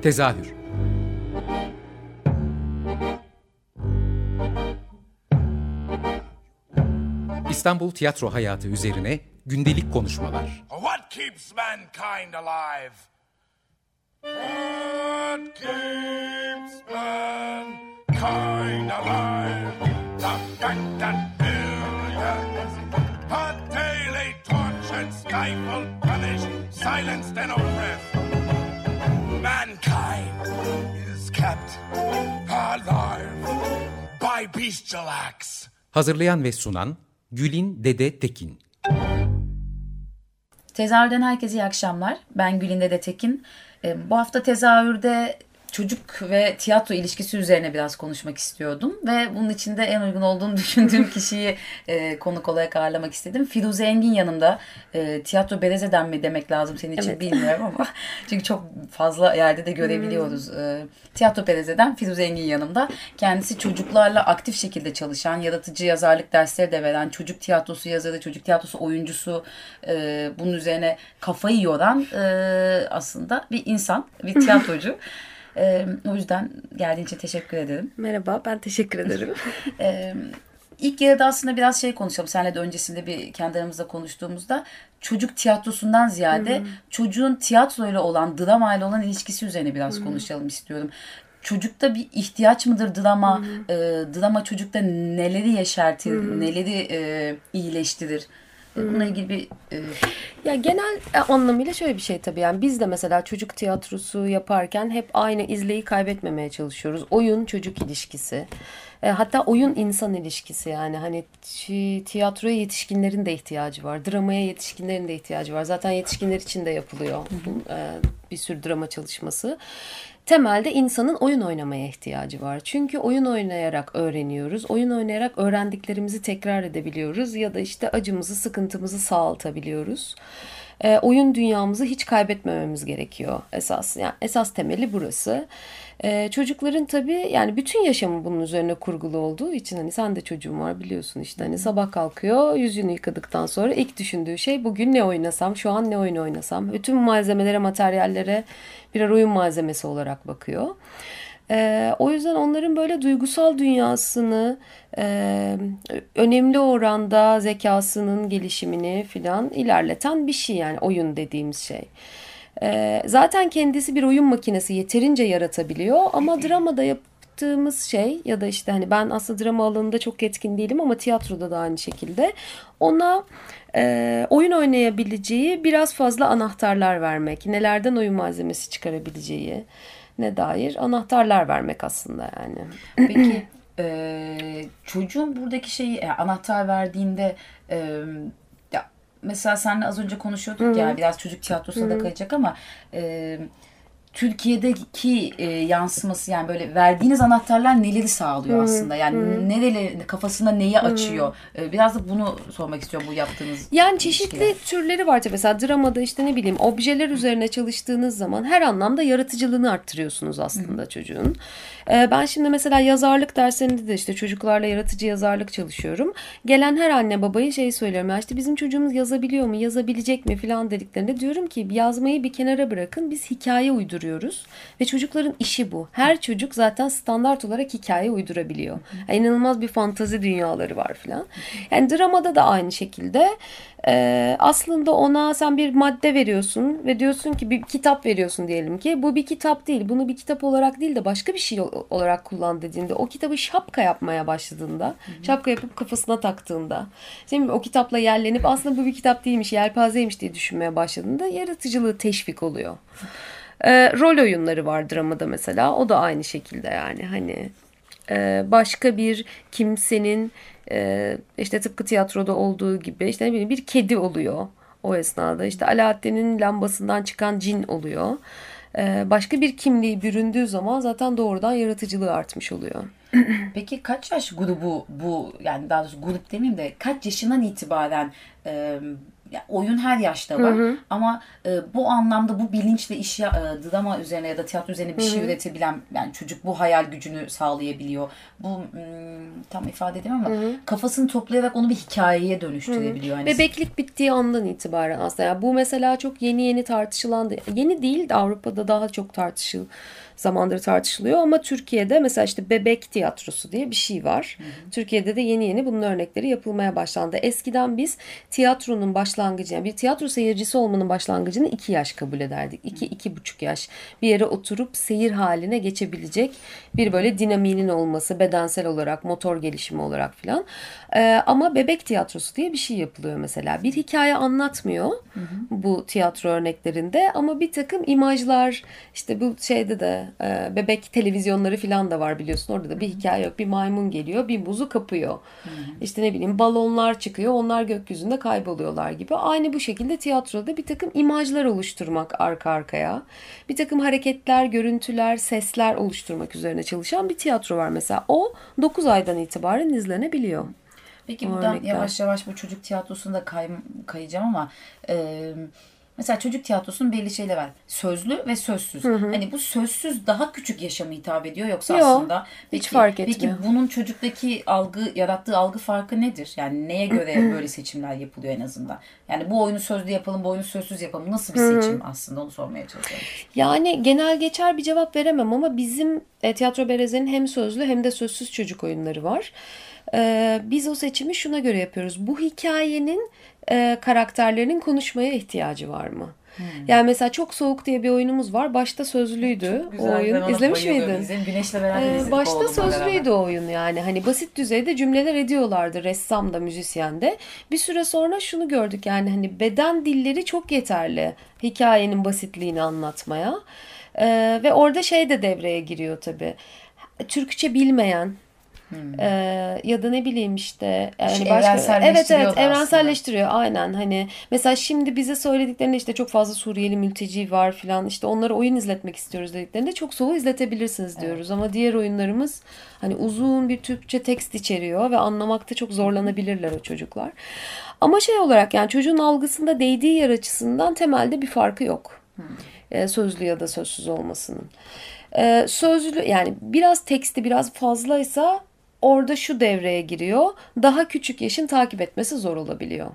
Tezahür. İstanbul tiyatro hayatı üzerine gündelik konuşmalar. What keeps mankind alive? What keeps mankind alive? The fact that billions are daily tortured, stifled, punished, silenced and oppressed. Mankind is kept alive by bestial acts. Hazırlayan ve sunan Gülin Dede Tekin. Tezahürden herkese iyi akşamlar. Ben Gülin Dede Tekin. Bu hafta tezahürde çocuk ve tiyatro ilişkisi üzerine biraz konuşmak istiyordum. Ve bunun için de en uygun olduğunu düşündüğüm kişiyi konuk olarak ağırlamak istedim. Firuze Engin yanımda. Tiyatro Bereze'den mi demek lazım senin için, evet, bilmiyorum ama. Çünkü çok fazla yerde de görebiliyoruz. Tiyatro Bereze'den Firuze Engin yanımda. Kendisi çocuklarla aktif şekilde çalışan, yaratıcı yazarlık dersleri de veren, çocuk tiyatrosu yazarı, çocuk tiyatrosu oyuncusu, bunun üzerine kafayı yoran aslında bir insan, bir tiyatrocu. O yüzden geldiğin için teşekkür ederim. Merhaba, ben teşekkür ederim. İlk yarıda aslında biraz konuşalım. Seninle de öncesinde bir kendi aramızda konuştuğumuzda çocuk tiyatrosundan ziyade çocuğun tiyatroyla olan, dramayla olan ilişkisi üzerine biraz konuşalım istiyorum. Çocukta bir ihtiyaç mıdır drama? Drama çocukta neleri yeşertir, neleri iyileştirir? Bununla ilgili bir... Ya genel anlamıyla şöyle bir şey tabii. Yani biz de mesela çocuk tiyatrosu yaparken hep aynı izleyi kaybetmemeye çalışıyoruz. Oyun çocuk ilişkisi. Hatta oyun insan ilişkisi, yani hani tiyatroya yetişkinlerin de ihtiyacı var. Dramaya yetişkinlerin de ihtiyacı var. Zaten yetişkinler için de yapılıyor bir sürü drama çalışması. Temelde insanın oyun oynamaya ihtiyacı var. Çünkü oyun oynayarak öğreniyoruz. Oyun oynayarak öğrendiklerimizi tekrar edebiliyoruz. Ya da işte acımızı, sıkıntımızı sağaltabiliyoruz. Oyun dünyamızı hiç kaybetmememiz gerekiyor esas. Yani esas temeli burası. Çocukların tabii yani bütün yaşamı bunun üzerine kurgulu olduğu için, hani sen de çocuğun var biliyorsun, işte hani sabah kalkıyor, yüzünü yıkadıktan sonra ilk düşündüğü şey bugün ne oynasam, şu an ne oyun oynasam. Bütün malzemelere, materyallere birer oyun malzemesi olarak bakıyor. O yüzden onların böyle duygusal dünyasını, önemli oranda zekasının gelişimini filan ilerleten bir şey, yani oyun dediğimiz şey. Zaten kendisi bir oyun makinesi, yeterince yaratabiliyor ama dramada yaptığımız şey, ya da işte hani ben aslında drama alanında çok yetkin değilim ama tiyatroda da aynı şekilde ona oyun oynayabileceği biraz fazla anahtarlar vermek, nelerden oyun malzemesi çıkarabileceği ne dair anahtarlar vermek aslında yani. Peki çocuğun buradaki şeyi anahtar verdiğinde mesela seninle az önce konuşuyorduk ya, biraz çocuk tiyatrosuna da kayacak ama Türkiye'deki yansıması, yani böyle verdiğiniz anahtarlar neleri sağlıyor aslında? Yani nereleri, kafasında neyi açıyor? Biraz da bunu sormak istiyorum bu yaptığınız. Yani çeşitli türleri var tabii. Mesela dramada işte ne bileyim objeler üzerine çalıştığınız zaman her anlamda yaratıcılığını arttırıyorsunuz aslında çocuğun. Ben şimdi mesela yazarlık derslerinde de işte çocuklarla yaratıcı yazarlık çalışıyorum. Gelen her anne babaya söylüyorum. Ya işte bizim çocuğumuz yazabiliyor mu, yazabilecek mi falan dediklerinde diyorum ki yazmayı bir kenara bırakın, biz hikaye uyduruyoruz. Ve çocukların işi bu. Her çocuk zaten standart olarak hikaye uydurabiliyor. Yani inanılmaz bir fantazi dünyaları var falan. Yani dramada da aynı şekilde. Aslında ona sen bir madde veriyorsun ve diyorsun ki bir kitap veriyorsun diyelim ki. Bu bir kitap değil. Bunu bir kitap olarak değil de başka bir şey olarak kullan dediğinde, o kitabı şapka yapmaya başladığında, şapka yapıp kafasına taktığında, şimdi o kitapla yerlenip aslında bu bir kitap değilmiş, yelpazeymiş diye düşünmeye başladığında yaratıcılığı teşvik oluyor. Rol oyunları var dramada mesela. O da aynı şekilde, yani hani başka bir kimsenin işte tıpkı tiyatroda olduğu gibi işte ne bileyim bir kedi oluyor o esnada. İşte Alaaddin'in lambasından çıkan cin oluyor. Başka bir kimliği büründüğü zaman zaten doğrudan yaratıcılığı artmış oluyor. Peki kaç yaş grubu bu, yani daha doğrusu grup demeyeyim de kaç yaşından itibaren ya oyun her yaşta var ama bu anlamda bu bilinçle drama üzerine ya da tiyatro üzerine bir şey üretebilen yani çocuk bu hayal gücünü sağlayabiliyor. Bu tam ifade edemem ama kafasını toplayarak onu bir hikayeye dönüştürebiliyor. Yani Bebeklik bittiği andan itibaren aslında. Yani bu mesela çok yeni tartışılan, yeni değil de Avrupa'da daha çok zamandır tartışılıyor ama Türkiye'de mesela işte bebek tiyatrosu diye bir şey var. Türkiye'de de yeni bunun örnekleri yapılmaya başlandı. Eskiden biz tiyatronun başlangıcı, yani bir tiyatro seyircisi olmanın başlangıcını 2 yaş kabul ederdik. 2-2,5 yaş. Bir yere oturup seyir haline geçebilecek bir böyle dinamiğinin olması, bedensel olarak, motor gelişimi olarak filan. Ama bebek tiyatrosu diye bir şey yapılıyor mesela. Bir hikaye anlatmıyor bu tiyatro örneklerinde ama bir takım imajlar, işte bu şeyde de bebek televizyonları falan da var biliyorsun. Orada da bir hikaye yok. Bir maymun geliyor, bir muzu kapıyor. İşte ne bileyim balonlar çıkıyor, onlar gökyüzünde kayboluyorlar gibi. Aynı bu şekilde tiyatroda bir takım imajlar oluşturmak arka arkaya. Bir takım hareketler, görüntüler, sesler oluşturmak üzerine çalışan bir tiyatro var mesela. O 9 aydan itibaren izlenebiliyor. Peki buradan yavaş yavaş bu çocuk tiyatrosunda kayacağım ama mesela çocuk tiyatrosunun belli şeyler var. Sözlü ve sözsüz. Hani bu sözsüz daha küçük yaşama hitap ediyor yoksa aslında hiç fark etmiyor. Peki bunun çocuktaki yarattığı algı farkı nedir? Yani neye göre böyle seçimler yapılıyor en azından? Yani bu oyunu sözlü yapalım, bu oyunu sözsüz yapalım. Nasıl bir seçim aslında onu sormaya çalışıyorum. Yani genel geçer bir cevap veremem ama bizim Tiyatro Bereze'nin hem sözlü hem de sözsüz çocuk oyunları var. Biz o seçimi şuna göre yapıyoruz. Bu hikayenin karakterlerinin konuşmaya ihtiyacı var mı? Yani mesela Çok Soğuk diye bir oyunumuz var. Başta sözlüydü o oyun. İzlemiş miydin? Güneş'le beraber izledik. Başta sözlüydü o oyun yani. Hani basit düzeyde cümleler ediyorlardı. Ressam da, müzisyen de. Bir süre sonra şunu gördük yani hani beden dilleri çok yeterli hikayenin basitliğini anlatmaya. Ve orada şey de devreye giriyor tabii. Türkçe bilmeyen ya da ne bileyim işte yani evrenselleştiriyor evrenselleştiriyor aynen. Hani mesela şimdi bize söylediklerinde işte çok fazla Suriyeli mülteci var filan, işte onlara oyun izletmek istiyoruz dediklerinde Çok Soğuk izletebilirsiniz diyoruz ama diğer oyunlarımız hani uzun bir Türkçe tekst içeriyor ve anlamakta çok zorlanabilirler o çocuklar. Ama şey olarak yani çocuğun algısında değdiği yer açısından temelde bir farkı yok. Sözlü ya da sözsüz olmasının. Sözlü yani biraz teksti biraz fazlaysa orada şu devreye giriyor. Daha küçük yaşın takip etmesi zor olabiliyor.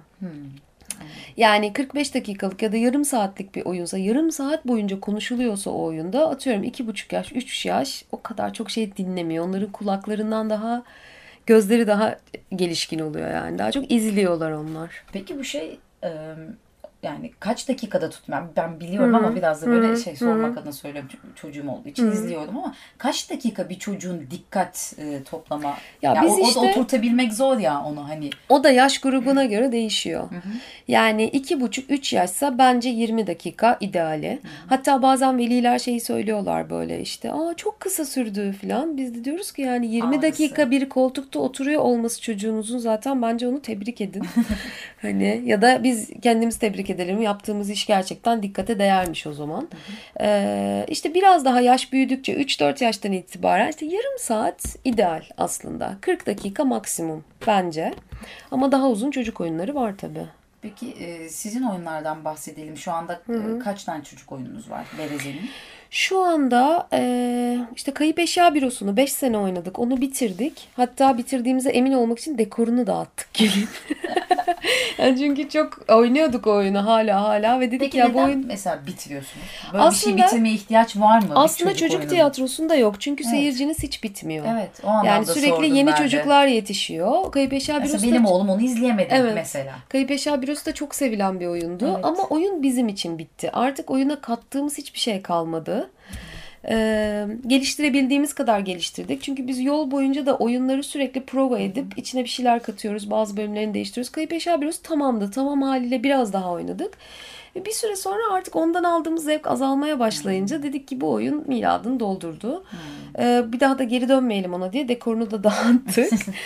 Yani 45 dakikalık ya da yarım saatlik bir oyunsa, yarım saat boyunca konuşuluyorsa o oyunda, atıyorum 2,5 yaş, 3 yaş o kadar çok şey dinlemiyor. Onların kulaklarından gözleri daha gelişkin oluyor yani. Daha çok izliyorlar onlar. Peki bu şey yani kaç dakikada tutmam? Ben biliyorum ama biraz da böyle sormak adına söylüyorum. Çocuğum olduğu için izliyorum ama kaç dakika bir çocuğun dikkat toplama? Ya biz işte oturtabilmek zor ya onu hani. O da yaş grubuna göre değişiyor. Yani 2,5-3 yaşsa bence 20 dakika ideali. Hatta bazen veliler şeyi söylüyorlar böyle işte. Çok kısa sürdü falan. Biz de diyoruz ki yani 20 dakika bir koltukta oturuyor olması çocuğunuzun zaten bence onu tebrik edin. Hani ya da biz kendimiz tebrik edelim. Yaptığımız iş gerçekten dikkate değermiş o zaman. İşte biraz daha yaş büyüdükçe 3-4 yaştan itibaren işte yarım saat ideal aslında. 40 dakika maksimum bence. Ama daha uzun çocuk oyunları var tabii. Peki sizin oyunlardan bahsedelim. Şu anda kaç tane çocuk oyununuz var Bereze'nin? Şu anda işte Kayıp Eşya Bürosu'nu 5 sene oynadık. Onu bitirdik. Hatta bitirdiğimize emin olmak için dekorunu dağıttık gelin. Yani çünkü çok oynuyorduk o oyunu hala ve dedik peki ya bu oyun mesela bitiriyorsunuz? Böyle aslında, bir şey bitirmeye ihtiyaç var mı? Aslında çocuk tiyatrosunda yok. Çünkü seyirciniz hiç bitmiyor. Evet, o anlamda yani sürekli yeni çocuklar yetişiyor. Kayıp Eşya Bürosu benim oğlum onu izleyemedi mesela. Kayıp Eşya Bürosu da çok sevilen bir oyundu ama oyun bizim için bitti. Artık oyuna kattığımız hiçbir şey kalmadı. Geliştirebildiğimiz kadar geliştirdik. Çünkü biz yol boyunca da oyunları sürekli prova edip içine bir şeyler katıyoruz. Bazı bölümlerini değiştiriyoruz. Kayıp Eşya Bürosu tamamdı. Tamam haliyle biraz daha oynadık. Bir süre sonra artık ondan aldığımız zevk azalmaya başlayınca dedik ki bu oyun miladını doldurdu. Bir daha da geri dönmeyelim ona diye dekorunu da dağıttık.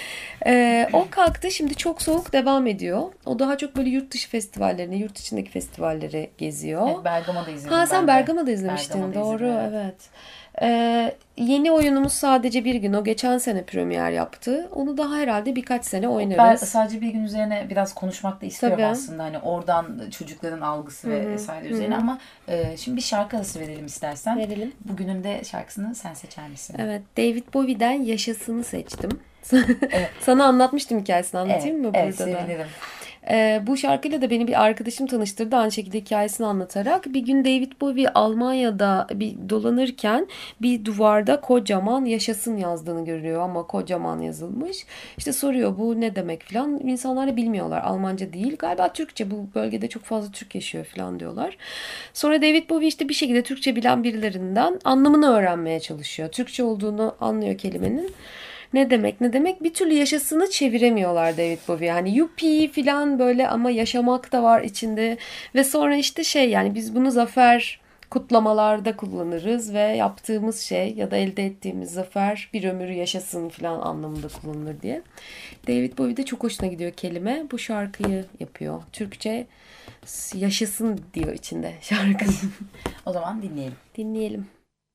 O kalktı. Şimdi Çok Soğuk devam ediyor. O daha çok böyle yurt dışı festivallerini, yurt içindeki festivalleri geziyor. Evet, Bergama'da izledim. Ha, sen ben Bergama'da izlemiştin. Bergama'da Doğru, izledim, evet. Yeni oyunumuz Sadece Bir Gün. O geçen sene premier yaptı. Onu daha herhalde birkaç sene Ben oynarız. sadece bir gün üzerine biraz konuşmak da istiyorum Tabii. aslında. Hani oradan çocukların algısı ve vesaire üzerine ama şimdi bir şarkı arası verelim istersen. Verelim. Bugünün de şarkısını sen seçer misin? Evet, David Bowie'den Yaşasın'ı seçtim. Sana anlatmıştım hikayesini, anlatayım mı Evet, burada da? sevinirim. Bu şarkıyla da beni bir arkadaşım tanıştırdı, aynı şekilde hikayesini anlatarak. Bir gün David Bowie Almanya'da bir dolanırken bir duvarda kocaman Yaşasın yazdığını görüyor ama kocaman yazılmış. İşte soruyor bu ne demek falan. İnsanlar da bilmiyorlar, Almanca değil galiba, Türkçe, bu bölgede çok fazla Türk yaşıyor falan diyorlar. Sonra David Bowie işte bir şekilde Türkçe bilen birilerinden anlamını öğrenmeye çalışıyor. Türkçe olduğunu anlıyor kelimenin. Ne demek ne demek, bir türlü Yaşasın'ı çeviremiyorlar David Bowie. Hani yuppie falan böyle ama yaşamak da var içinde. Ve sonra işte yani biz bunu zafer kutlamalarda kullanırız ve yaptığımız şey ya da elde ettiğimiz zafer bir ömür yaşasın falan anlamında kullanılır diye. David Bowie'de çok hoşuna gidiyor kelime. Bu şarkıyı yapıyor. Türkçe yaşasın diyor içinde şarkı. O zaman dinleyelim. Dinleyelim.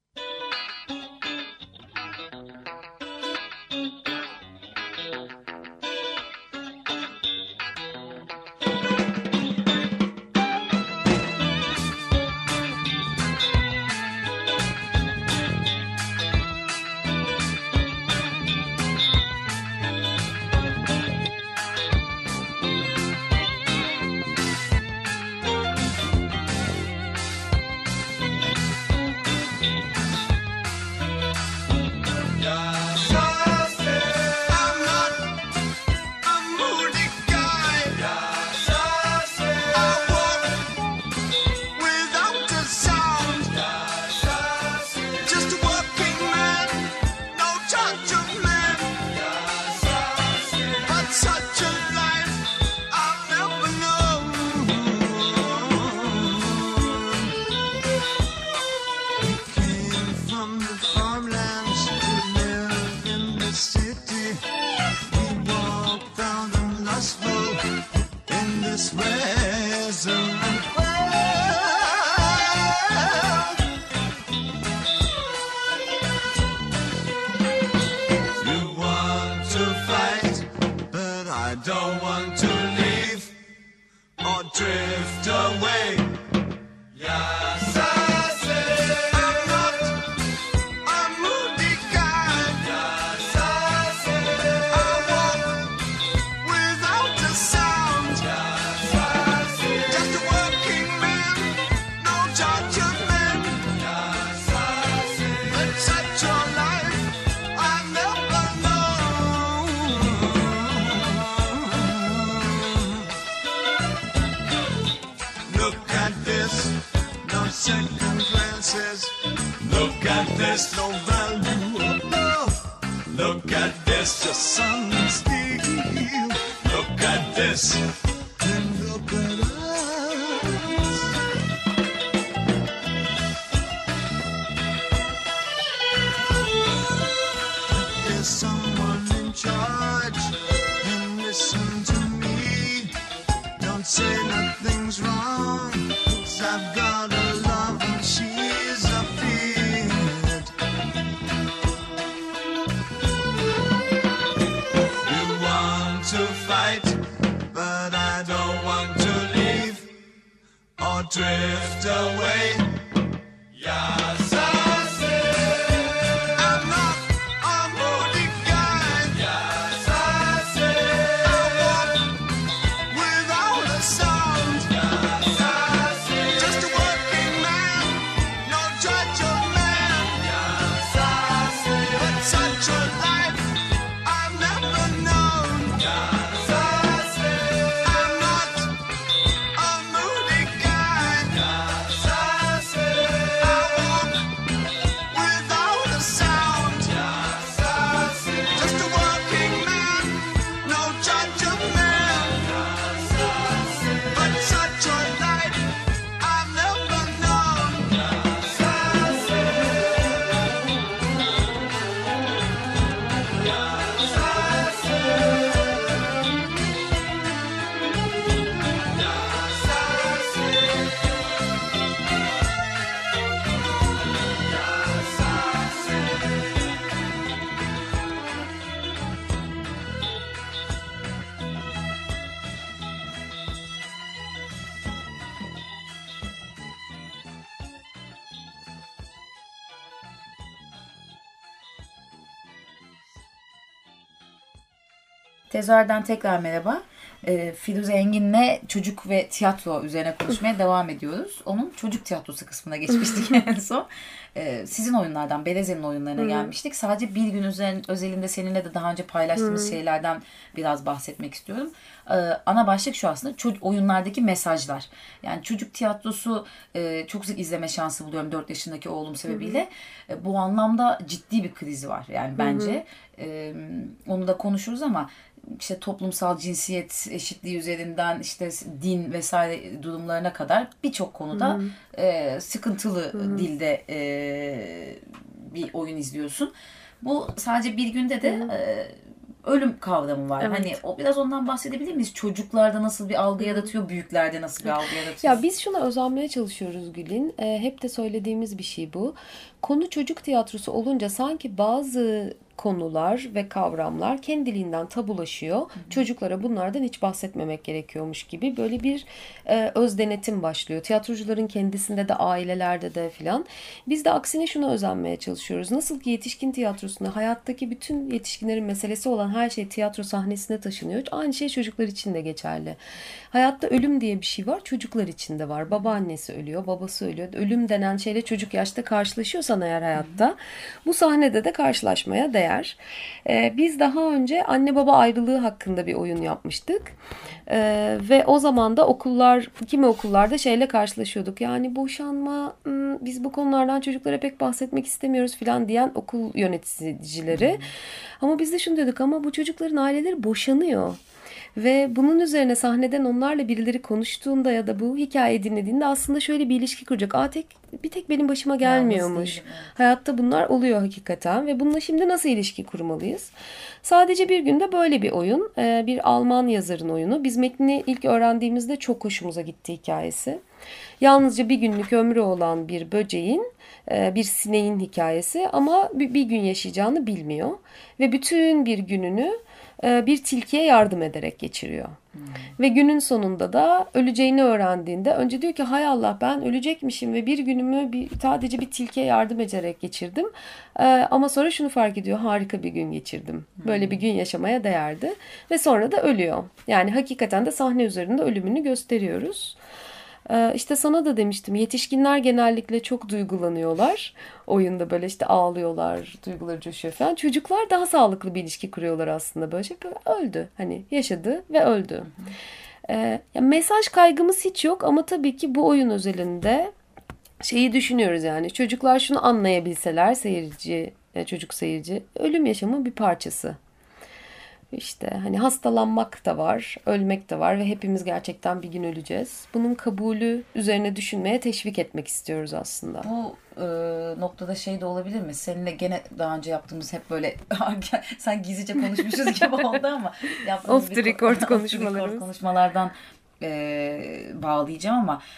Drift away. Yes, I say I'm not a moody guy. Yes, I say I walk without a sound. Yes, I say just a working man, no judge of man. Yes, I say but such a life I've never known. Yes, I say I'm not a moody guy. I walk Tezahürden tekrar merhaba. Firuze Engin'le çocuk ve tiyatro üzerine konuşmaya devam ediyoruz. Onun çocuk tiyatrosu kısmına geçmiştik en son. Sizin oyunlardan, Beleze'nin oyunlarına gelmiştik. Sadece bir gün özelinde seninle de daha önce paylaştığımız şeylerden biraz bahsetmek istiyorum. Ana başlık şu aslında, oyunlardaki mesajlar. Yani çocuk tiyatrosu çok sık izleme şansı buluyorum 4 yaşındaki oğlum sebebiyle. Bu anlamda ciddi bir krizi var yani bence. Onu da konuşuruz ama işte toplumsal cinsiyet eşitliği üzerinden işte din vesaire durumlarına kadar birçok konuda sıkıntılı dilde bir oyun izliyorsun. Bu sadece bir günde de ölüm kavramı var. Evet. Hani o biraz ondan bahsedebilir miyiz? Çocuklarda nasıl bir algı yaratıyor, büyüklerde nasıl bir algı yaratıyor? Ya biz şuna özenmeye çalışıyoruz Gül'in. Hep de söylediğimiz bir şey bu. Konu çocuk tiyatrosu olunca sanki bazı konular ve kavramlar kendiliğinden tabulaşıyor. Çocuklara bunlardan hiç bahsetmemek gerekiyormuş gibi böyle bir öz denetim başlıyor. Tiyatrocuların kendisinde de, ailelerde de filan. Biz de aksine şuna özenmeye çalışıyoruz. Nasıl ki yetişkin tiyatrosunda hayattaki bütün yetişkinlerin meselesi olan her şey tiyatro sahnesine taşınıyor. Aynı şey çocuklar için de geçerli. Hayatta ölüm diye bir şey var. Çocuklar için de var. Babaannesi ölüyor, babası ölüyor. Ölüm denen şeyle çocuk yaşta karşılaşıyorsan eğer hayatta, bu sahnede de karşılaşmaya değer. Biz daha önce anne baba ayrılığı hakkında bir oyun yapmıştık. Ve o zaman da kimi okullarda şeyle karşılaşıyorduk. Yani boşanma, biz bu konulardan çocuklara pek bahsetmek istemiyoruz falan diyen okul yöneticileri. Ama biz de şunu dedik, ama bu çocukların aileleri boşanıyor. Ve bunun üzerine sahneden onlarla birileri konuştuğunda ya da bu hikayeyi dinlediğinde aslında şöyle bir ilişki kuracak. Bir tek benim başıma gelmiyormuş. değilim, evet. Hayatta bunlar oluyor hakikaten ve bununla şimdi nasıl ilişki kurmalıyız? Sadece bir günde böyle bir oyun. Bir Alman yazarın oyunu. Biz metnini ilk öğrendiğimizde çok hoşumuza gitti hikayesi. Yalnızca bir günlük ömrü olan bir böceğin, bir sineğin hikayesi ama bir gün yaşayacağını bilmiyor. Ve bütün bir gününü bir tilkiye yardım ederek geçiriyor. Ve günün sonunda da öleceğini öğrendiğinde önce diyor ki hay Allah, ben ölecekmişim ve bir günümü sadece bir tilkiye yardım ederek geçirdim. Ama sonra şunu fark ediyor, harika bir gün geçirdim. Böyle bir gün yaşamaya değerdi. Ve sonra da ölüyor. Yani hakikaten de sahne üzerinde ölümünü gösteriyoruz. İşte sana da demiştim, yetişkinler genellikle çok duygulanıyorlar. Oyunda böyle işte ağlıyorlar, duyguları coşuyor falan. Çocuklar daha sağlıklı bir ilişki kuruyorlar aslında. Böyle öldü. Hani yaşadı ve öldü. Mesaj kaygımız hiç yok ama tabii ki bu oyun özelinde şeyi düşünüyoruz yani. Çocuklar şunu anlayabilseler, çocuk seyirci, ölüm yaşamın bir parçası. İşte hani hastalanmak da var, ölmek de var ve hepimiz gerçekten bir gün öleceğiz. Bunun kabulü üzerine düşünmeye teşvik etmek istiyoruz aslında. Bu noktada şey de olabilir mi? Seninle gene daha önce yaptığımız hep böyle sen gizlice konuşmuşuz gibi oldu ama yaptığımız Off the record konuşmalarımız. Konuşmalardan bağlayacağım ama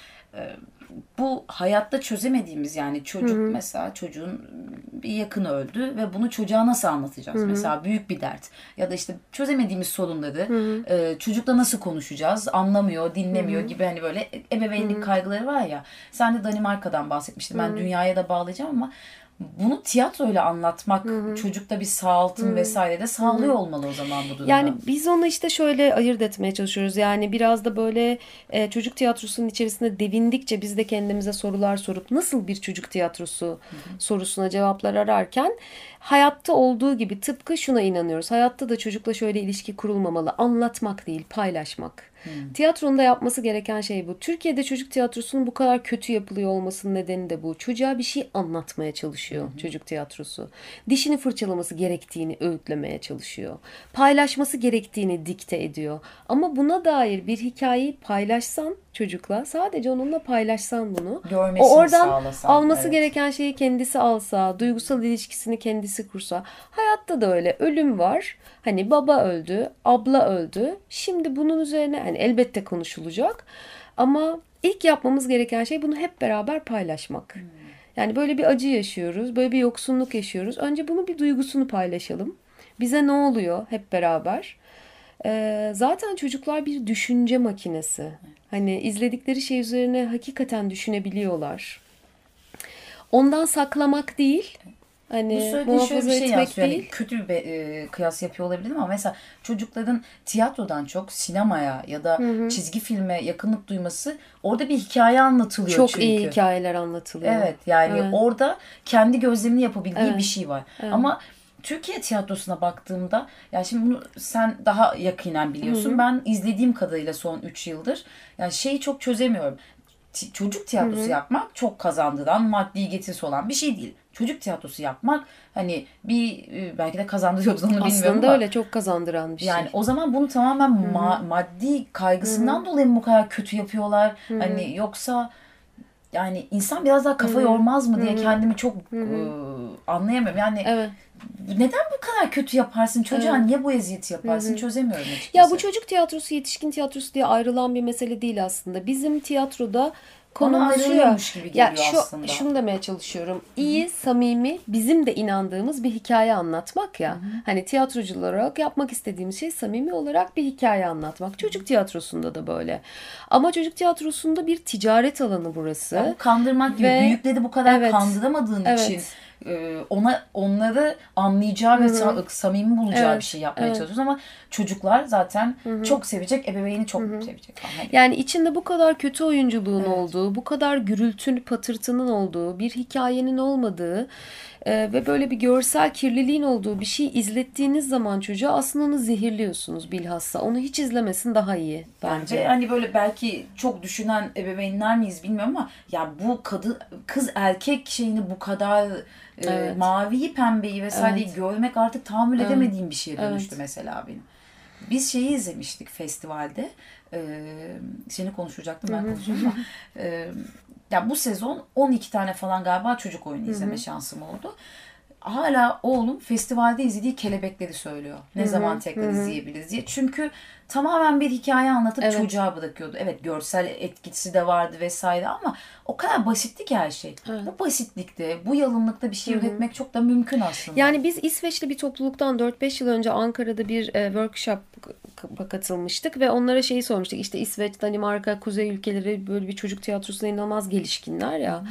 bu hayatta çözemediğimiz, yani çocuk mesela, çocuğun bir yakını öldü ve bunu çocuğa nasıl anlatacağız? Mesela büyük bir dert ya da işte çözemediğimiz sorunları çocukla nasıl konuşacağız? Anlamıyor, dinlemiyor gibi hani böyle ebeveynlik kaygıları var ya. Sen de Danimarka'dan bahsetmiştin. Ben dünyaya da bağlayacağım ama bunu tiyatroyla anlatmak çocukta bir sağaltım vesaire de sağlıyor olmalı o zaman bu durumda. Yani biz onu işte şöyle ayırt etmeye çalışıyoruz. Yani biraz da böyle çocuk tiyatrosunun içerisinde devindikçe biz de kendimize sorular sorup nasıl bir çocuk tiyatrosu sorusuna cevaplar ararken hayatta olduğu gibi tıpkı şuna inanıyoruz. Hayatta da çocukla şöyle ilişki kurulmamalı. Anlatmak değil, paylaşmak. Tiyatronun da yapması gereken şey bu. Türkiye'de çocuk tiyatrosunun bu kadar kötü yapılıyor olmasının nedeni de bu. Çocuğa bir şey anlatmaya çalışıyor çocuk tiyatrosu. Dişini fırçalaması gerektiğini öğütlemeye çalışıyor. Paylaşması gerektiğini dikte ediyor. Ama buna dair bir hikayeyi paylaşsan çocukla, sadece onunla paylaşsan bunu, Görmesini o oradan sağlasan, alması evet. gereken şeyi kendisi alsa, duygusal ilişkisini kendisi kursa. Hayatta da öyle, ölüm var. Hani baba öldü, abla öldü. Şimdi bunun üzerine hani elbette konuşulacak. Ama ilk yapmamız gereken şey bunu hep beraber paylaşmak. Yani böyle bir acı yaşıyoruz, böyle bir yoksunluk yaşıyoruz. Önce bunun bir duygusunu paylaşalım. Bize ne oluyor hep beraber? Zaten çocuklar bir düşünce makinesi. Hani izledikleri şey üzerine hakikaten düşünebiliyorlar. Ondan saklamak değil, Bu Hani söylediğin şöyle muhafaza bir şey etmek yansıyor. Yani değil. kötü bir kıyas yapıyor olabilirim ama mesela çocukların tiyatrodan çok sinemaya ya da çizgi filme yakınlık duyması, orada bir hikaye anlatılıyor Çok çünkü. iyi hikayeler anlatılıyor. Evet yani Evet. orada kendi gözlemini yapabildiği Evet. bir şey var. Ama Türkiye tiyatrosuna baktığımda, ya şimdi bunu sen daha yakinen biliyorsun. Ben izlediğim kadarıyla son 3 yıldır yani şeyi çok çözemiyorum. Çocuk tiyatrosu yapmak çok kazandıran, maddi getirisi olan bir şey değil. Çocuk tiyatrosu yapmak hani bir belki de kazandırıyoruz onu bilmiyorum Aslında ama öyle çok kazandıran bir yani şey. o zaman bunu tamamen maddi kaygısından dolayı mı bu kadar kötü yapıyorlar? Hani yoksa yani insan biraz daha kafa yormaz mı diye kendimi çok anlayamıyorum. Yani Evet. neden bu kadar kötü yaparsın? Çocuğa niye bu eziyeti yaparsın? Çözemiyorum açıkçası. Ya bu çocuk tiyatrosu, yetişkin tiyatrosu diye ayrılan bir mesele değil aslında. Bizim tiyatroda konumuz şu ya. ayrılıyormuş gibi geliyor aslında. Şunu demeye çalışıyorum. İyi, samimi, bizim de inandığımız bir hikaye anlatmak ya. Hani tiyatrocular olarak yapmak istediğimiz şey samimi olarak bir hikaye anlatmak. Çocuk tiyatrosunda da böyle. Ama çocuk tiyatrosunda bir ticaret alanı burası. Ya bu kandırmak gibi. Ve- Büyükleri bu kadar Evet. kandıramadığın Evet. için onları anlayacağı ve samimi bulacağı Evet. bir şey yapmaya Evet. çalışıyoruz ama çocuklar zaten çok sevecek, ebeveyni çok sevecek falan. Hani Yani içinde bu kadar kötü oyunculuğun olduğu, bu kadar gürültünün, patırtının olduğu, bir hikayenin olmadığı ve böyle bir görsel kirliliğin olduğu bir şey izlettiğiniz zaman çocuğa aslında onu zehirliyorsunuz bilhassa. Onu hiç izlemesin daha iyi bence. Ve hani böyle belki çok düşünen ebeveynler miyiz bilmiyorum ama ya bu kız erkek şeyini bu kadar Evet. maviyi pembeyi vesaireyi görmek artık tahammül edemediğim bir şeye dönüştü Evet. mesela benim. Biz şeyi izlemiştik festivalde. Seni konuşacaktım ben konuşuyorum ama ya bu sezon 12 tane falan galiba çocuk oyunu izleme şansım oldu. Hala oğlum festivalde izlediği Kelebekleri söylüyor. Ne zaman tekrar izleyebiliriz diye. Çünkü tamamen bir hikaye anlatıp Evet. çocuğa bırakıyordu. Evet, görsel etkisi de vardı vesaire ama o kadar basitti ki her şey. Bu basitlikte, bu yalınlıkta bir şey üretmek çok da mümkün aslında. Yani biz İsveçli bir topluluktan 4-5 yıl önce Ankara'da bir workshop'a katılmıştık ve onlara şeyi sormuştuk. İşte İsveç, Danimarka, kuzey ülkeleri böyle bir çocuk tiyatrosuna inanılmaz gelişkinler ya.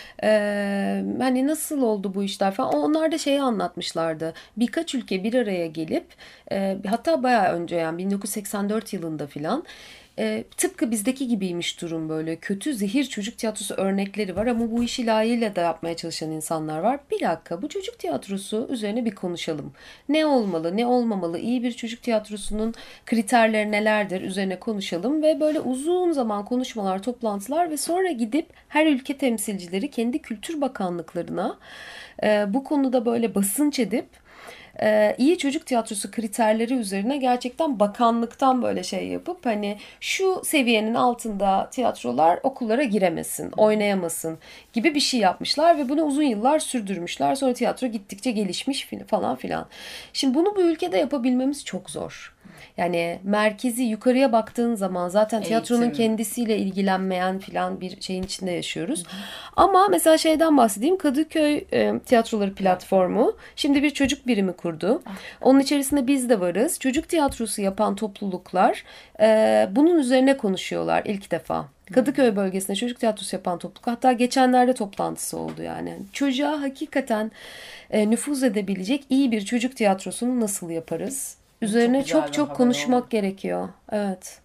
Hani nasıl oldu bu işler falan. Onlar da şeyi anlatmışlardı. Birkaç ülke bir araya gelip hatta bayağı önce yani 1984 yılında filan tıpkı bizdeki gibiymiş durum böyle. Kötü zehir çocuk tiyatrosu örnekleri var ama bu işi layığıyla da yapmaya çalışan insanlar var. Bir dakika, bu çocuk tiyatrosu üzerine bir konuşalım. Ne olmalı, ne olmamalı, iyi bir çocuk tiyatrosunun kriterleri nelerdir üzerine konuşalım ve böyle uzun zaman konuşmalar, toplantılar ve sonra gidip her ülke temsilcileri kendi kültür bakanlıklarına bu konuda böyle basınç edip iyi çocuk tiyatrosu kriterleri üzerine gerçekten bakanlıktan böyle şey yapıp hani şu seviyenin altında tiyatrolar okullara giremesin, oynayamasın gibi bir şey yapmışlar ve bunu uzun yıllar sürdürmüşler. Sonra tiyatro gittikçe gelişmiş falan filan. Şimdi bunu bu ülkede yapabilmemiz çok zor. Yani merkezi yukarıya baktığın zaman zaten tiyatronun Eğitim. kendisiyle ilgilenmeyen filan bir şeyin içinde yaşıyoruz. Ama mesela şeyden bahsedeyim. Kadıköy Tiyatroları Platformu şimdi bir çocuk birimi kurdu. Onun içerisinde biz de varız. Çocuk tiyatrosu yapan topluluklar bunun üzerine konuşuyorlar ilk defa. Kadıköy bölgesinde çocuk tiyatrosu yapan topluluk. Hatta geçenlerde toplantısı oldu yani. Çocuğa hakikaten nüfuz edebilecek iyi bir çocuk tiyatrosunu nasıl yaparız? Üzerine güzel çok bir çok haber konuşmak oldu. gerekiyor. Evet.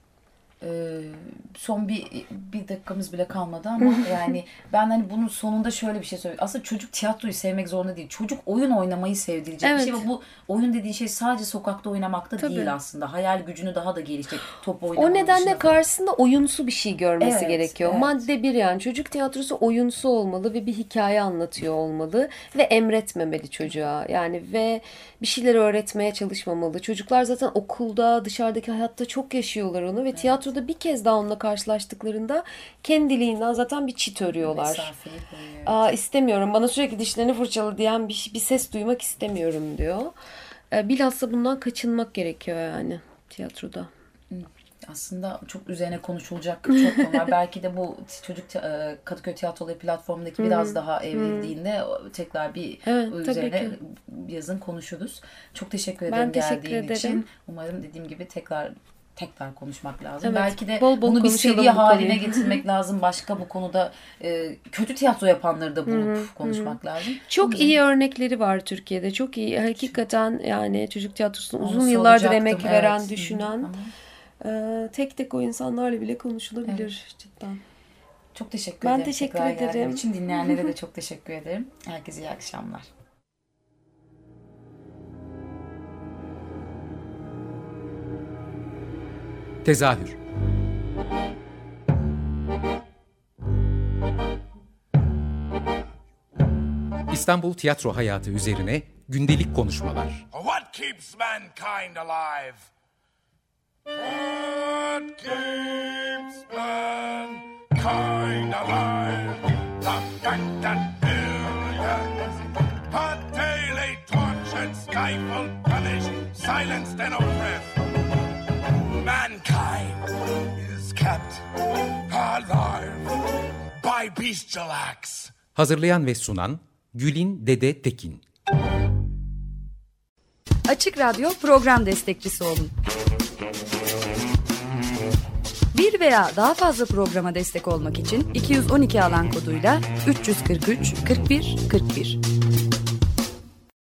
Son bir dakikamız bile kalmadı ama yani ben hani bunun sonunda şöyle bir şey söyleyeyim. Aslında çocuk tiyatroyu sevmek zorunda değil. Çocuk oyun oynamayı sevdirecek bir Evet. şey ve bu oyun dediğin şey sadece sokakta oynamakta Tabii. değil aslında. Hayal gücünü daha da geliştirecek. Top oynama O nedenle dışında. karşısında oyunsu bir şey görmesi Evet, gerekiyor. evet. Madde bir yani çocuk tiyatrosu oyunsu olmalı ve bir hikaye anlatıyor olmalı ve emretmemeli çocuğa. Yani ve bir şeyler öğretmeye çalışmamalı. Çocuklar zaten okulda, dışarıdaki hayatta çok yaşıyorlar onu ve tiyatroda bir kez daha onunla karşılaştıklarında kendiliğinden zaten bir çit örüyorlar. Mesafeyi koyuyor. İstemiyorum. Bana sürekli dişlerini fırçala diyen bir ses duymak istemiyorum diyor. Bilhassa bundan kaçınmak gerekiyor yani tiyatroda. Aslında çok üzerine konuşulacak çok konu var. Belki de bu Kadıköy Tiyatroları platformundaki biraz daha evrildiğinde tekrar bir Evet, tabii üzerine ki. yazın konuşuruz. Çok teşekkür Ben ederim teşekkür geldiğin ederim. için. Umarım dediğim gibi tekrar tekrar konuşmak lazım. Evet, Belki de bol bol bunu bir konuşalım seviye bu haline konuyu. getirmek lazım. Başka bu konuda kötü tiyatro yapanları da bulup konuşmak lazım. Çok iyi örnekleri var Türkiye'de. Çok iyi. Hakikaten yani çocuk tiyatrosuna Onu uzun yıllardır soracaktım, emek veren, evet. düşünen, tek tek o insanlarla bile konuşulabilir cidden. Çok teşekkür Ben ederim. teşekkür tekrar geldiğin ederim. için dinleyenlere de çok teşekkür ederim. Herkese iyi akşamlar. Tezahür. İstanbul tiyatro hayatı üzerine gündelik konuşmalar. What keeps mankind alive? What keeps mankind alive? The fact that billions are daily tortured, stifled, punished, silenced, and oppressed. Mankind is kept alive by bestial acts. Hazırlayan ve sunan Gülin Dede Tekin. Açık Radyo program destekçisi olun. Bir veya daha fazla programa destek olmak için 212 alan koduyla 343 41 41.